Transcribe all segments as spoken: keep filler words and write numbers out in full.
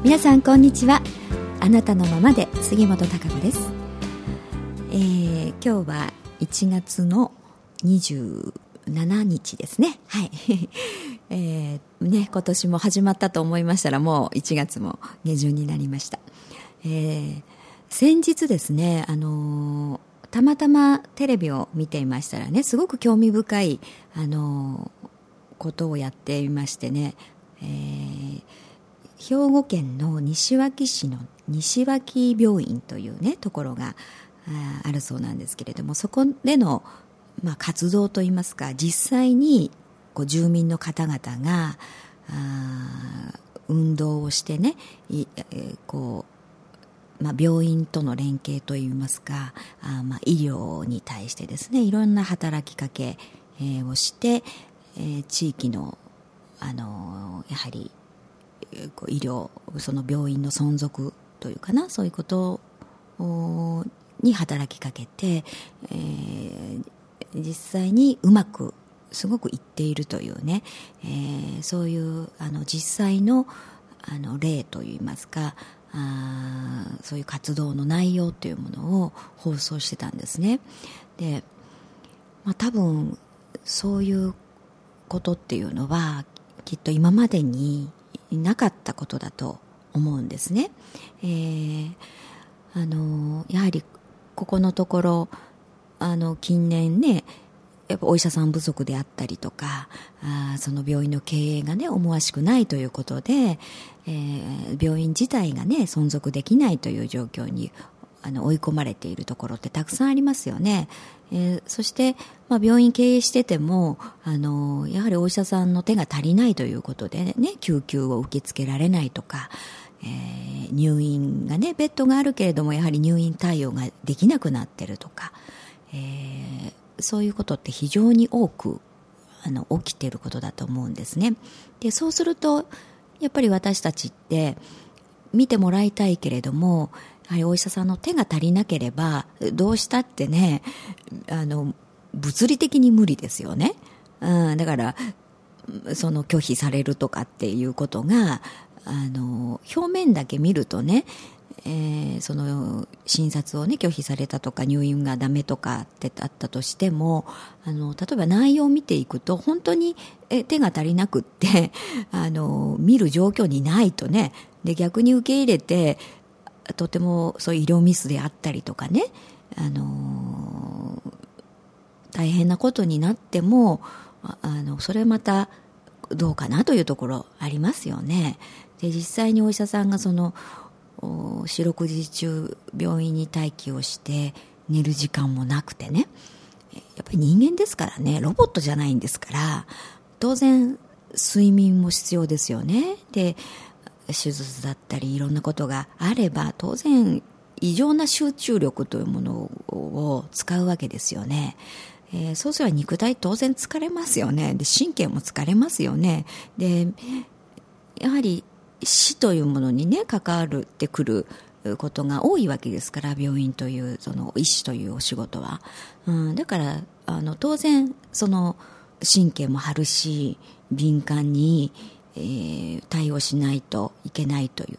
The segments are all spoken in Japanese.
皆さんこんにちは。あなたのままで杉本孝子です。えー、今日はいちがつのにじゅうしちにちですね。はい、えー、ね今年も始まったと思いましたら、もういちがつも下旬になりました。えー、先日ですね、あのー、たまたまテレビを見ていましたらね、すごく興味深い、あのー、ことをやっていましてね、えー兵庫県の西脇市の西脇病院というねところが あ, あるそうなんですけれども、そこでの、まあ、活動といいますか、実際にこう住民の方々があ運動をしてね、いえーこうまあ、病院との連携といいますか、あ、まあ、医療に対してですね、いろんな働きかけ、えー、をして、えー、地域の、あのー、やはり医療、その病院の存続というかな、そういうことに働きかけて、えー、実際にうまくすごくいっているというね、えー、そういうあの実際の、あの例といいますか、あそういう活動の内容というものを放送してたんですね。で、まあ、多分そういうことっていうのはきっと今までになかったことだと思うんですね。えー、あのやはりここのところ、あの近年ね、やっぱお医者さん不足であったりとか、あその病院の経営がね思わしくないということで、えー、病院自体がね存続できないという状況にあの追い込まれているところってたくさんありますよね。えー、そして、まあ、病院経営しててもあのやはりお医者さんの手が足りないということでね、救急を受け付けられないとか、えー、入院がねベッドがあるけれどもやはり入院対応ができなくなってるとか、えー、そういうことって非常に多くあの起きていることだと思うんですね。で、そうするとやっぱり私たちって見てもらいたいけれども、やはりお医者さんの手が足りなければどうしたってね、あの物理的に無理ですよね。うん、だからその拒否されるとかっていうことがあの表面だけ見るとね、えー、その診察をね拒否されたとか入院がダメとかってあったとしても、あの例えば内容を見ていくと本当にえ手が足りなくってあの見る状況にないとね、で逆に受け入れてとてもそういう医療ミスであったりとかね、あの大変なことになってもあのそれまたどうかなというところありますよね。で、実際にお医者さんがその四六時中病院に待機をして寝る時間もなくてね、やっぱり人間ですからね、ロボットじゃないんですから、当然睡眠も必要ですよね。で、手術だったりいろんなことがあれば当然異常な集中力というものを使うわけですよね。えー、そうすれば肉体当然疲れますよね。で、神経も疲れますよね。で、やはり死というものにね関わるってくることが多いわけですから、病院というその医師というお仕事は、うん、だからあの当然その神経も張るし敏感に、えー、対応しないといけないという、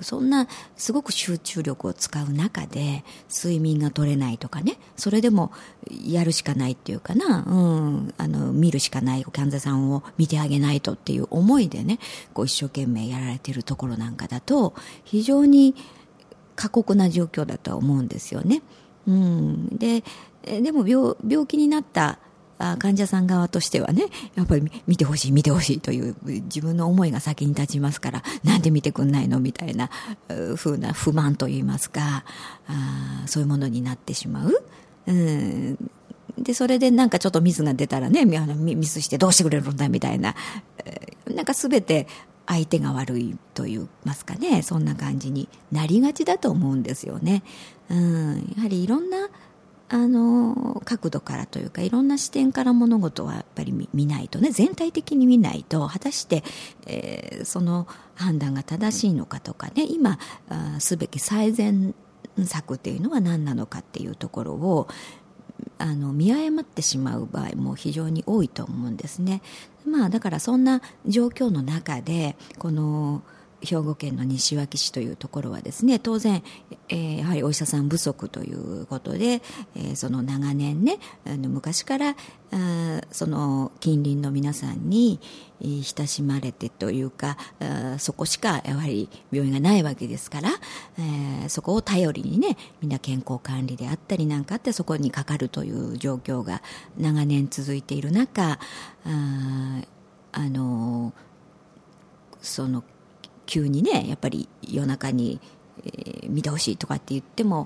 そんなすごく集中力を使う中で睡眠が取れないとかね、それでもやるしかないっていうかな、うん、あの見るしかない患者さんを見てあげないとっていう思いでねこう一生懸命やられているところなんかだと非常に過酷な状況だとは思うんですよね。うん、で、でも 病, 病気になった患者さん側としてはね、やっぱり見てほしい見てほしいという自分の思いが先に立ちますから、なんで見てくんないのみたいな風な不満といいますか、あそういうものになってしまう。うん、でそれでなんかちょっとミスが出たらね、ミスしてどうしてくれるんだみたいな、なんか全て相手が悪いと言いますかね、そんな感じになりがちだと思うんですよね。うん、やはりいろんなあの角度からというかいろんな視点から物事はやっぱり 見, 見ないとね、全体的に見ないと果たして、えー、その判断が正しいのかとかね、今あすべき最善策っていうのは何なのかっていうところをあの見誤ってしまう場合も非常に多いと思うんですね。まあだからそんな状況の中でこの兵庫県の西脇市というところはですね、当然、えー、やはりお医者さん不足ということで、えー、その長年ね、あの昔からあその近隣の皆さんに親しまれてというか、あそこしかやはり病院がないわけですから、えー、そこを頼りにね、みんな健康管理であったりなんかあってそこにかかるという状況が長年続いている中、ああのその急にね、やっぱり夜中に、えー、見てほしいとかって言っても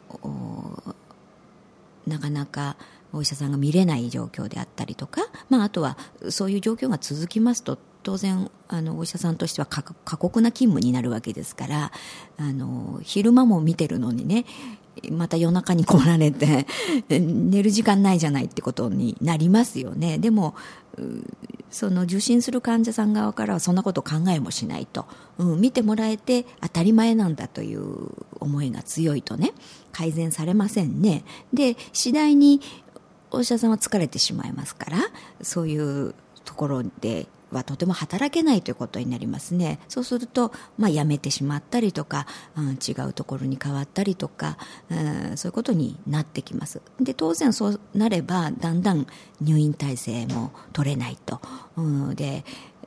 なかなかお医者さんが見れない状況であったりとか、まあ、あとはそういう状況が続きますと当然あのお医者さんとしては過酷な勤務になるわけですから、あの昼間も見てるのにね、また夜中に来られて寝る時間ないじゃないってことになりますよね。でもその受診する患者さん側からはそんなこと考えもしないと、うん、見てもらえて当たり前なんだという思いが強いとね、改善されませんね。で次第にお医者さんは疲れてしまいますから、そういうところではとても働けないということになりますね。そうすると、まあ、辞めてしまったりとか、うん、違うところに変わったりとか、うん、そういうことになってきます。で当然そうなればだんだん入院体制も取れないと、うん、で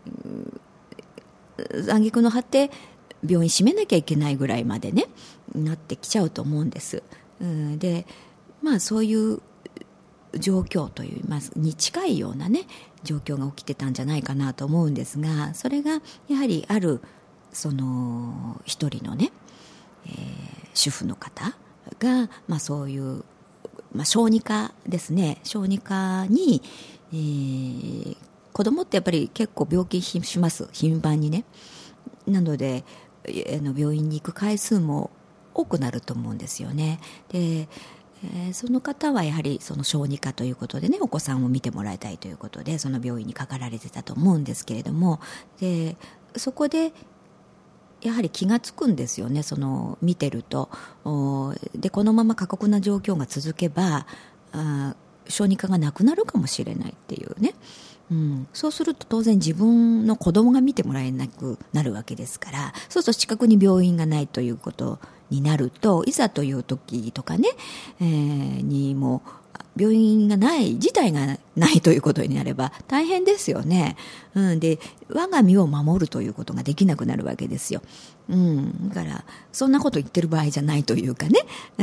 挙句の果て病院閉めなきゃいけないぐらいまでねなってきちゃうと思うんです。うん、でまあそういう状況といいますに近いようなね状況が起きてたんじゃないかなと思うんですが、それがやはりあるその一人のね、えー、主婦の方が、まあ、そういう、まあ、小児科ですね、小児科に、えー、子供ってやっぱり結構病気します頻繁にね。なのであの病院に行く回数も多くなると思うんですよね。でえー、その方はやはりその小児科ということでね、お子さんを見てもらいたいということでその病院にかかられてたと思うんですけれども、でそこでやはり気がつくんですよね、その見てると。でこのまま過酷な状況が続けばあ小児科がなくなるかもしれないっていうね、うん、そうすると当然自分の子供が見てもらえなくなるわけですから、そうすると近くに病院がないということになると、いざという時とかね、えー、にも病院がない自体がないということになれば大変ですよね、うん、で我が身を守るということができなくなるわけですよ、うん、だからそんなこと言ってる場合じゃないというかね、うん、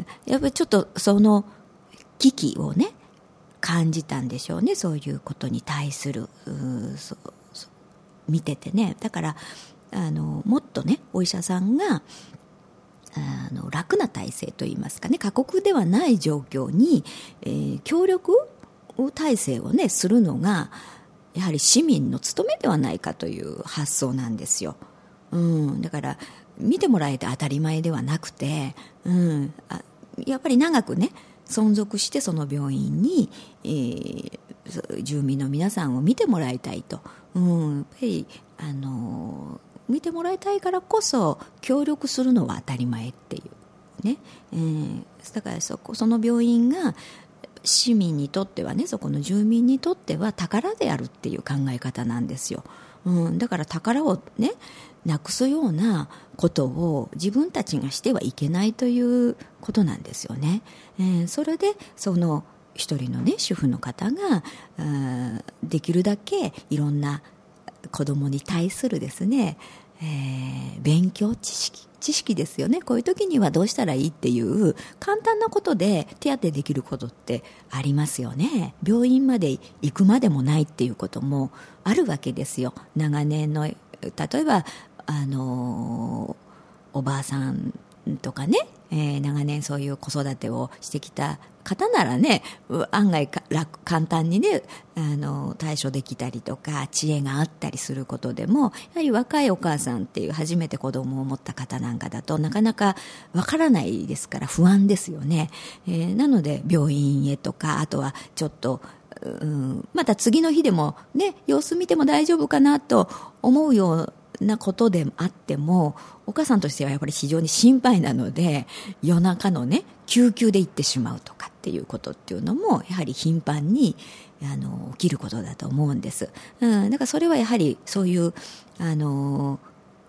やっぱりちょっとその危機をね感じたんでしょうね、そういうことに対するそうそう見ててね。だからあのもっとねお医者さんがあの楽な体制といいますかね、過酷ではない状況に、えー、協力体制をねするのがやはり市民の務めではないかという発想なんですよ、うん、だから見てもらえて当たり前ではなくて、うん、あやっぱり長くね存続してその病院に、えー、住民の皆さんを見てもらいたいと、うん、やっぱりあの見てもらいたいからこそ協力するのは当たり前っていうね、えー、だからそこその病院が市民にとってはね、そこの住民にとっては宝であるっていう考え方なんですよ、うん、だから宝をねなくすようなことを自分たちがしてはいけないということなんですよね、えー、それでその一人のね主婦の方ができるだけいろんな子供に対するですね、えー、勉強知識知識ですよね。こういう時にはどうしたらいいっていう簡単なことで手当てできることってありますよね。病院まで行くまでもないっていうこともあるわけですよ。長年の例えばあのおばあさんとかね、えー、長年そういう子育てをしてきた方ならね案外楽簡単にねあの対処できたりとか知恵があったりすることでも、やはり若いお母さんっていう初めて子供を持った方なんかだとなかなかわからないですから不安ですよね、えー、なので病院へとか、あとはちょっとうん、また次の日でもね様子見ても大丈夫かなと思うようなことであっても、お母さんとしてはやっぱり非常に心配なので夜中のね救急で行ってしまうとかっていうことっていうのもやはり頻繁にあの起きることだと思うんです、うん、だからそれはやはりそういうあの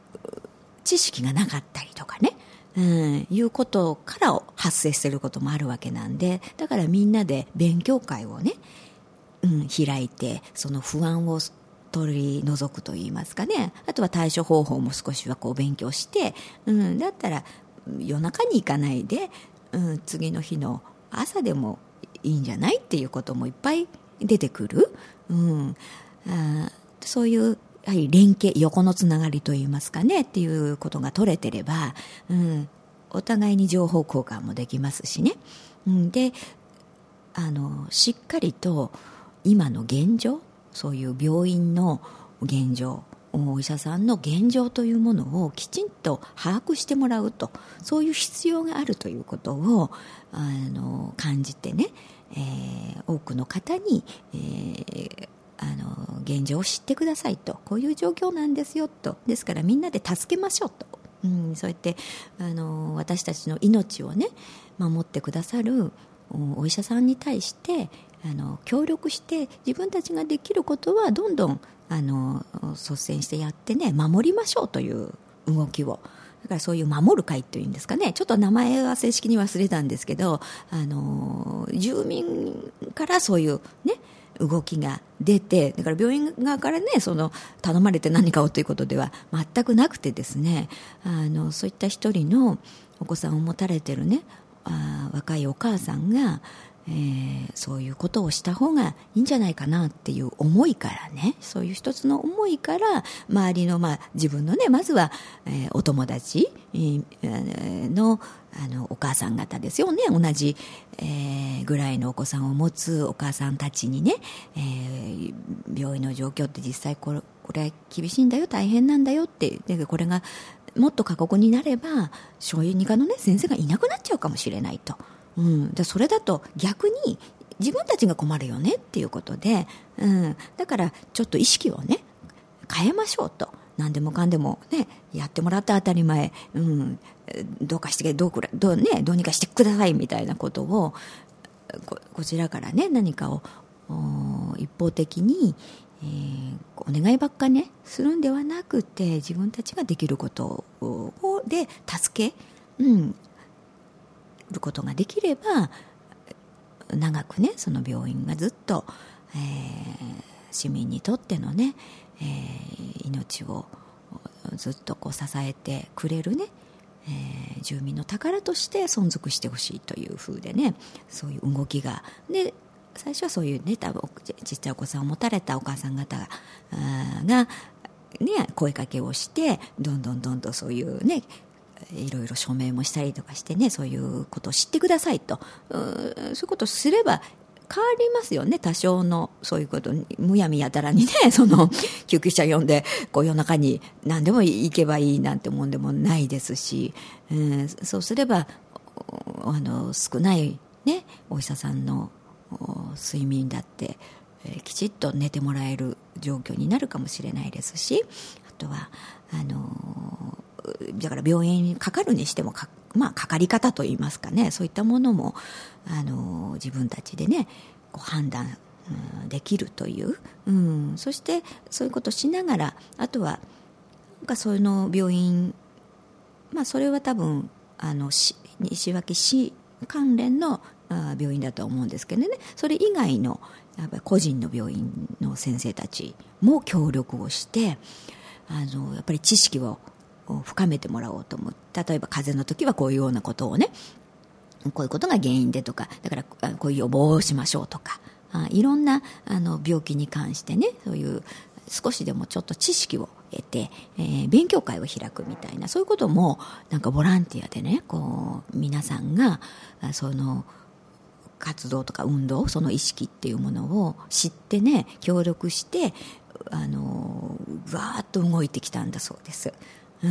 知識がなかったりとかね、うん、いうことから発生していることもあるわけなんで、だからみんなで勉強会をね、うん、開いてその不安を取り除くといいますかね、あとは対処方法も少しはこう勉強して、うん、だったら夜中に行かないで、うん、次の日の朝でもいいんじゃないっていうこともいっぱい出てくる、うん、あそういうやはり連携、横のつながりといいますかねっていうことが取れてれば、うん、お互いに情報交換もできますしね、うん、であのしっかりと今の現状、そういう病院の現状、お医者さんの現状というものをきちんと把握してもらうと、そういう必要があるということをあの感じてね、えー、多くの方に、えー、あの現状を知ってくださいと、こういう状況なんですよと、ですからみんなで助けましょうと、うん、そうやってあの私たちの命をね守ってくださるお医者さんに対してあの協力して、自分たちができることはどんどんあの率先してやってね、守りましょうという動きを、だからそういう守る会というんですかね、ちょっと名前は正式に忘れたんですけど、あの住民からそういうね動きが出て、だから病院側からねその頼まれて何かをということでは全くなくてですね、あのそういった一人のお子さんを持たれてるね、あ若いお母さんが、えー、そういうことをした方がいいんじゃないかなっていう思いからね、そういう一つの思いから周りの、まあ、自分のねまずは、えー、お友達、えー、の, あのお母さん方ですよね、同じ、えー、ぐらいのお子さんを持つお母さんたちにね、えー、病院の状況って実際これ、これは厳しいんだよ、大変なんだよって、でこれがもっと過酷になれば小児科の、ね、先生がいなくなっちゃうかもしれないと、うん、でそれだと逆に自分たちが困るよねっていうことで、うん、だからちょっと意識をね変えましょうと、何でもかんでも、ね、やってもらった当たり前、うん、どうかしてどうくらどう、ね、どうにかしてくださいみたいなことを こ, こちらからね何かを一方的にえー、お願いばっかねするんではなくて、自分たちができることをで助け、うん、ることができれば長くねその病院がずっと、えー、市民にとってのね、えー、命をずっとこう支えてくれるね、えー、住民の宝として存続してほしいという風でね、そういう動きがで最初はそういうね、多分ちっちゃいお子さんを持たれたお母さん方が、がね、声かけをしてどんどんどんどんそういうねいろいろ署名もしたりとかしてね、そういうことを知ってくださいと、うそういうことをすれば変わりますよね、多少のそういうことにむやみやたらにねその救急車呼んでこう夜中に何でも行けばいいなんてもんでもないですし、うん、そうすればあの少ないねお医者さんの睡眠だって、えー、きちっと寝てもらえる状況になるかもしれないですし、あとはあのー、だから病院にかかるにしてもか、まあ、かかり方といいますかね、そういったものも、あのー、自分たちでねこう判断、うん、できるという、うん、そしてそういうことをしながら、あとはなんかその病院、まあ、それは多分あの西脇市関連の病院だと思うんですけどね、それ以外のやっぱり個人の病院の先生たちも協力をして、あのやっぱり知識を深めてもらおうと思う。例えば風邪の時はこういうようなことをね、こういうことが原因でとか、だからこういう予防をしましょうとか、あいろんなあの病気に関してね、そういう少しでもちょっと知識を得て、えー、勉強会を開くみたいな、そういうこともなんかボランティアでね、こう皆さんがその活動とか運動、その意識っていうものを知ってね協力してあのわーっと動いてきたんだそうです。うん、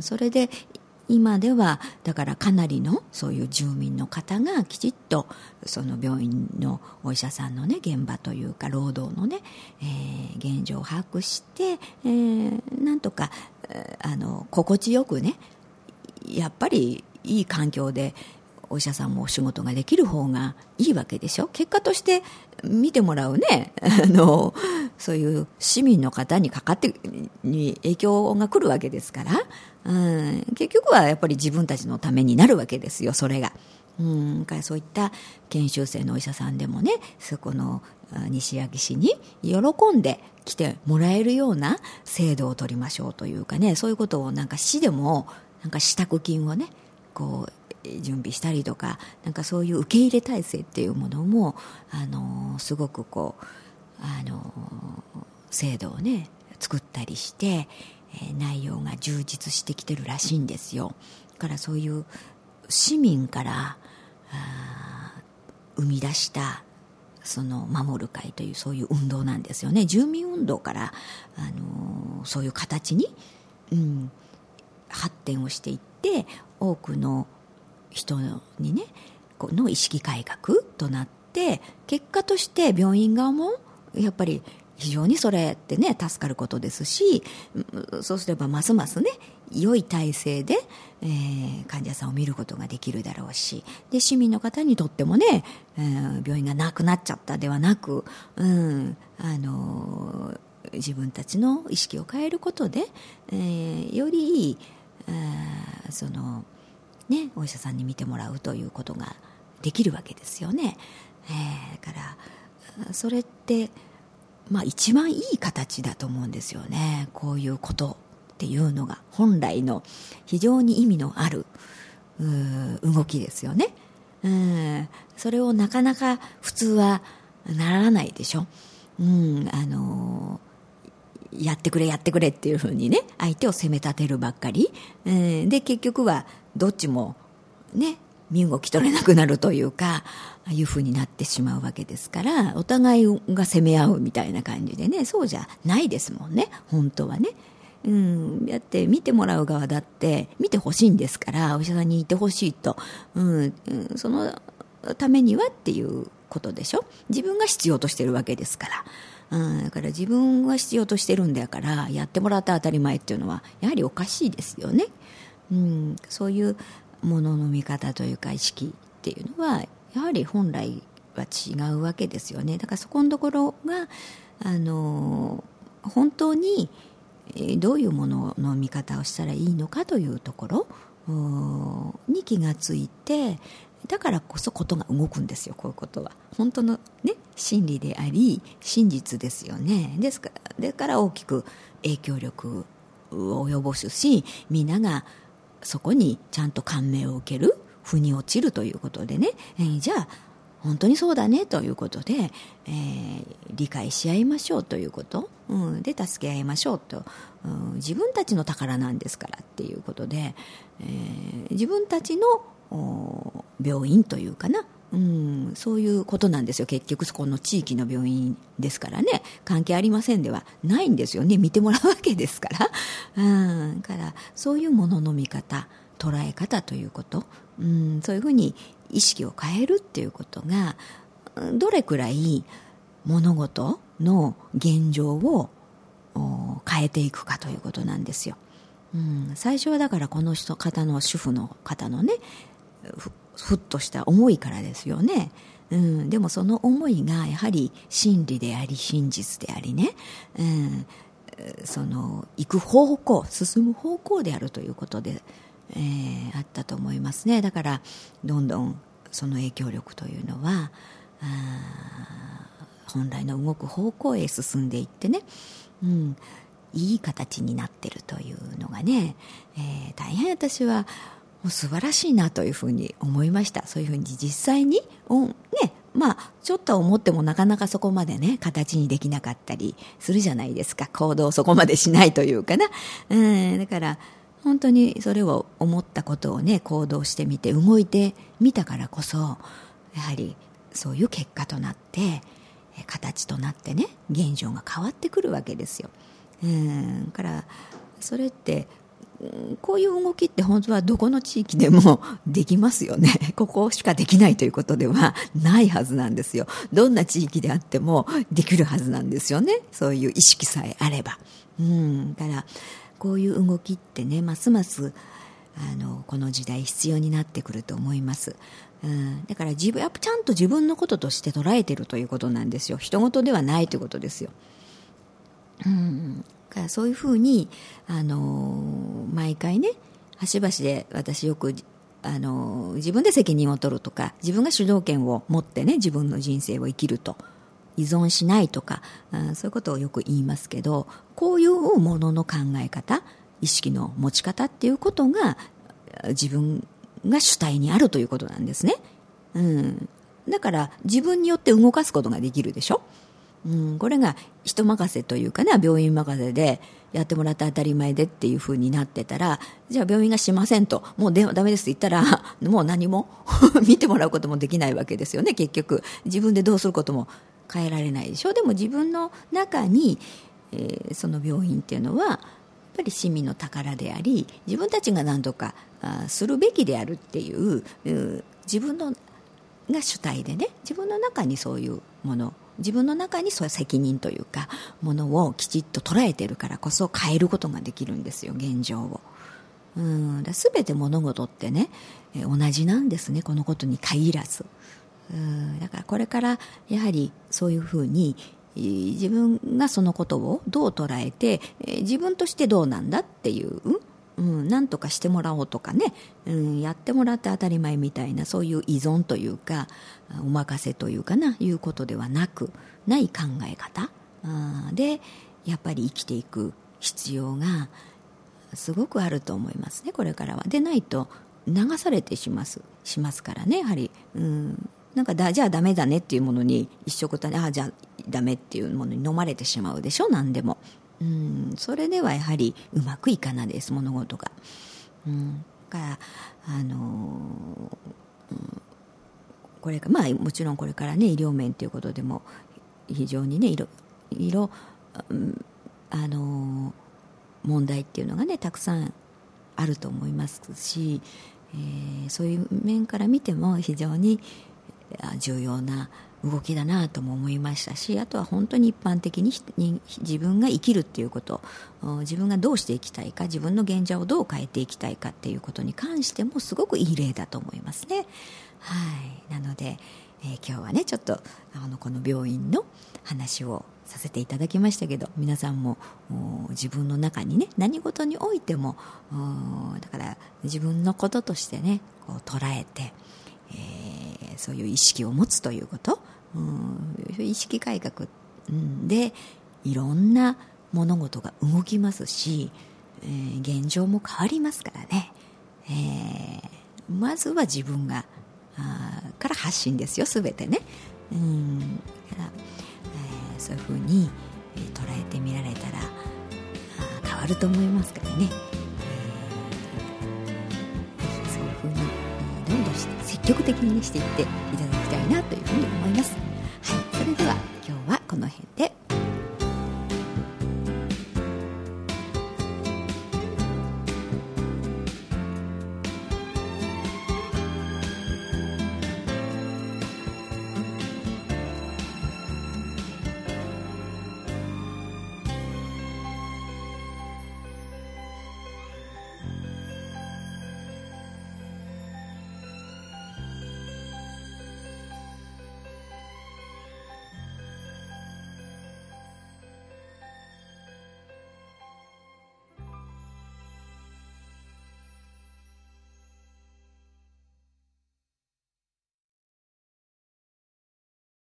それで今ではだからかなりのそういう住民の方がきちっとその病院のお医者さんのね現場というか労働のね、えー、現状を把握して、えー、なんとかあの心地よくねやっぱりいい環境でお医者さんもお仕事ができる方がいいわけでしょ。結果として見てもらうね、あのそういう市民の方にかかってに影響が来るわけですから、うん、結局はやっぱり自分たちのためになるわけですよ、それが。うん、からそういった研修生のお医者さんでもね、そこの西焼市に喜んで来てもらえるような制度を取りましょうというかね、そういうことをなんか市でもなんか支度金をねこう準備したりとか、なんかそういう受け入れ体制っていうものもあのすごくこうあの制度をね作ったりして、えー、内容が充実してきてるらしいんですよ。だからそういう市民からあ生み出したその守る会というそういう運動なんですよね。住民運動から、あのー、そういう形に、うん、発展をしていって、多くの人にねこの意識改革となって、結果として病院側もやっぱり非常にそれってね助かることですし、そうすればますますね良い体制で、えー、患者さんを見ることができるだろうし、で市民の方にとってもね、えー、病院がなくなっちゃったではなく、うん、あのー、自分たちの意識を変えることで、えー、よりいいあそのねお医者さんに見てもらうということができるわけですよね。えー、だからそれってまあ一番いい形だと思うんですよね。こういうことっていうのが本来の非常に意味のある動きですよね。うんそれをなかなか普通はならないでしょ。うんあのやってくれやってくれっていうふうにね相手を責め立てるばっかり、うん、で結局はどっちもね身動き取れなくなるというかああいうふうになってしまうわけですから、お互いが責め合うみたいな感じでね、そうじゃないですもんね本当はね。うん、だって見てもらう側だって見てほしいんですから、お医者さんにいてほしいと、うん、そのためにはっていうことでしょ。自分が必要としてるわけですから、うん、だから自分が必要としてるんだからやってもらって当たり前っていうのはやはりおかしいですよね。うん、そういうものの見方というか意識っていうのはやはり本来は違うわけですよね。だからそこのところがあの本当にどういうものの見方をしたらいいのかというところに気がついて、だからこそことが動くんですよ。こういうことは本当の、ね、真理であり真実ですよね。ですから、だから大きく影響力を及ぼすし、みんながそこにちゃんと感銘を受ける、腑に落ちるということでね、えー、じゃあ本当にそうだねということで、えー、理解し合いましょうということ、うん、で助け合いましょうと、うん、自分たちの宝なんですからっていうことで、えー、自分たちの病院というかな、うん、そういうことなんですよ。結局そこの地域の病院ですからね、関係ありませんではないんですよね。見てもらうわけですから、うん、からそういうものの見方、捉え方ということ、うん、そういうふうに意識を変えるっていうことがどれくらい物事の現状を変えていくかということなんですよ。うん、最初はだからこの人方の主婦の方のね ふ, ふっとした思いからですよね。うん、でもその思いがやはり真理であり真実でありね、うん、その行く方向、進む方向であるということで、えー、あったと思いますね。だからどんどんその影響力というのはあ本来の動く方向へ進んでいってね、うん、いい形になっているというのがね、えー、大変私はもう素晴らしいなというふうに思いました。そういうふうに実際に、うんね、まあちょっと思ってもなかなかそこまでね形にできなかったりするじゃないですか。行動をそこまでしないというかな、うん、だから本当にそれを思ったことをね行動してみて動いてみたからこそ、やはりそういう結果となって形となってね現状が変わってくるわけですよ。うんだからそれってこういう動きって本当はどこの地域でもできますよね。ここしかできないということではないはずなんですよ。どんな地域であってもできるはずなんですよね。そういう意識さえあれば。うんだからこういう動きってねますますあのこの時代必要になってくると思います。うん、だから自分やっぱちゃんと自分のこととして捉えているということなんですよ。人事ではないということですよ。うん、だからそういうふうに、あのー、毎回ね端々で私よく、あのー、自分で責任を取るとか自分が主導権を持ってね自分の人生を生きると依存しないとか、うん、そういうことをよく言いますけど、こういうものの考え方意識の持ち方っていうことが自分が主体にあるということなんですね。うん、だから自分によって動かすことができるでしょ。うん、これが人任せというかね、病院任せでやってもらって当たり前でっていう風になってたら、じゃあ病院がしませんと、もうでダメですって言ったらもう何も見てもらうこともできないわけですよね。結局自分でどうすることも変えられないでしょ。でも自分の中に、えー、その病院っていうのはやっぱり市民の宝であり、自分たちが何とかあするべきであるっていう、うん、自分のが主体でね、自分の中にそういうもの、自分の中にそういう責任というかものをきちっと捉えているからこそ変えることができるんですよ、現状を。うん、だ全て物事ってね、え同じなんですね、このことに限らず。うん、だからこれからやはりそういうふうに自分がそのことをどう捉えて、自分としてどうなんだっていう、うん、なんとかしてもらおうとかね、うん、やってもらって当たり前みたいなそういう依存というかお任せというかないうことではなくない考え方でやっぱり生きていく必要がすごくあると思いますね、これからは。でないと流されてしますしますからね、やはり、うん、なんかだじゃあダメだねっていうものに一緒くたにあじゃあダメっていうものに飲まれてしまうでしょ、何でも。うん、それではやはりうまくいかないです、物事が。うん、だからあのーうん、これかまあもちろんこれからね医療面ということでも非常にねいろいろ、うん、あのー、問題っていうのがねたくさんあると思いますし、えー、そういう面から見ても非常に重要な動きだなとも思いましたし、あとは本当に一般的に自分が生きるっていうこと、自分がどうして生きたいか、自分の現状をどう変えていきたいかっていうことに関してもすごくいい例だと思いますね。はい、なので、えー、今日はねちょっとあのこの病院の話をさせていただきましたけど、皆さんも自分の中にね何事においてもだから自分のこととしてねこう捉えて、えー、そういう意識を持つということ、うん、意識改革でいろんな物事が動きますし、えー、現状も変わりますからね、えー、まずは自分があから発信ですよ、すべてね。うん、だから、えー、そういうふうに、えー、捉えてみられたらあ変わると思いますからね、えー、そういうふうにどんどん積極的に、ね、していっていただきたいなというふうに思います。はい、それでは今日はこの辺で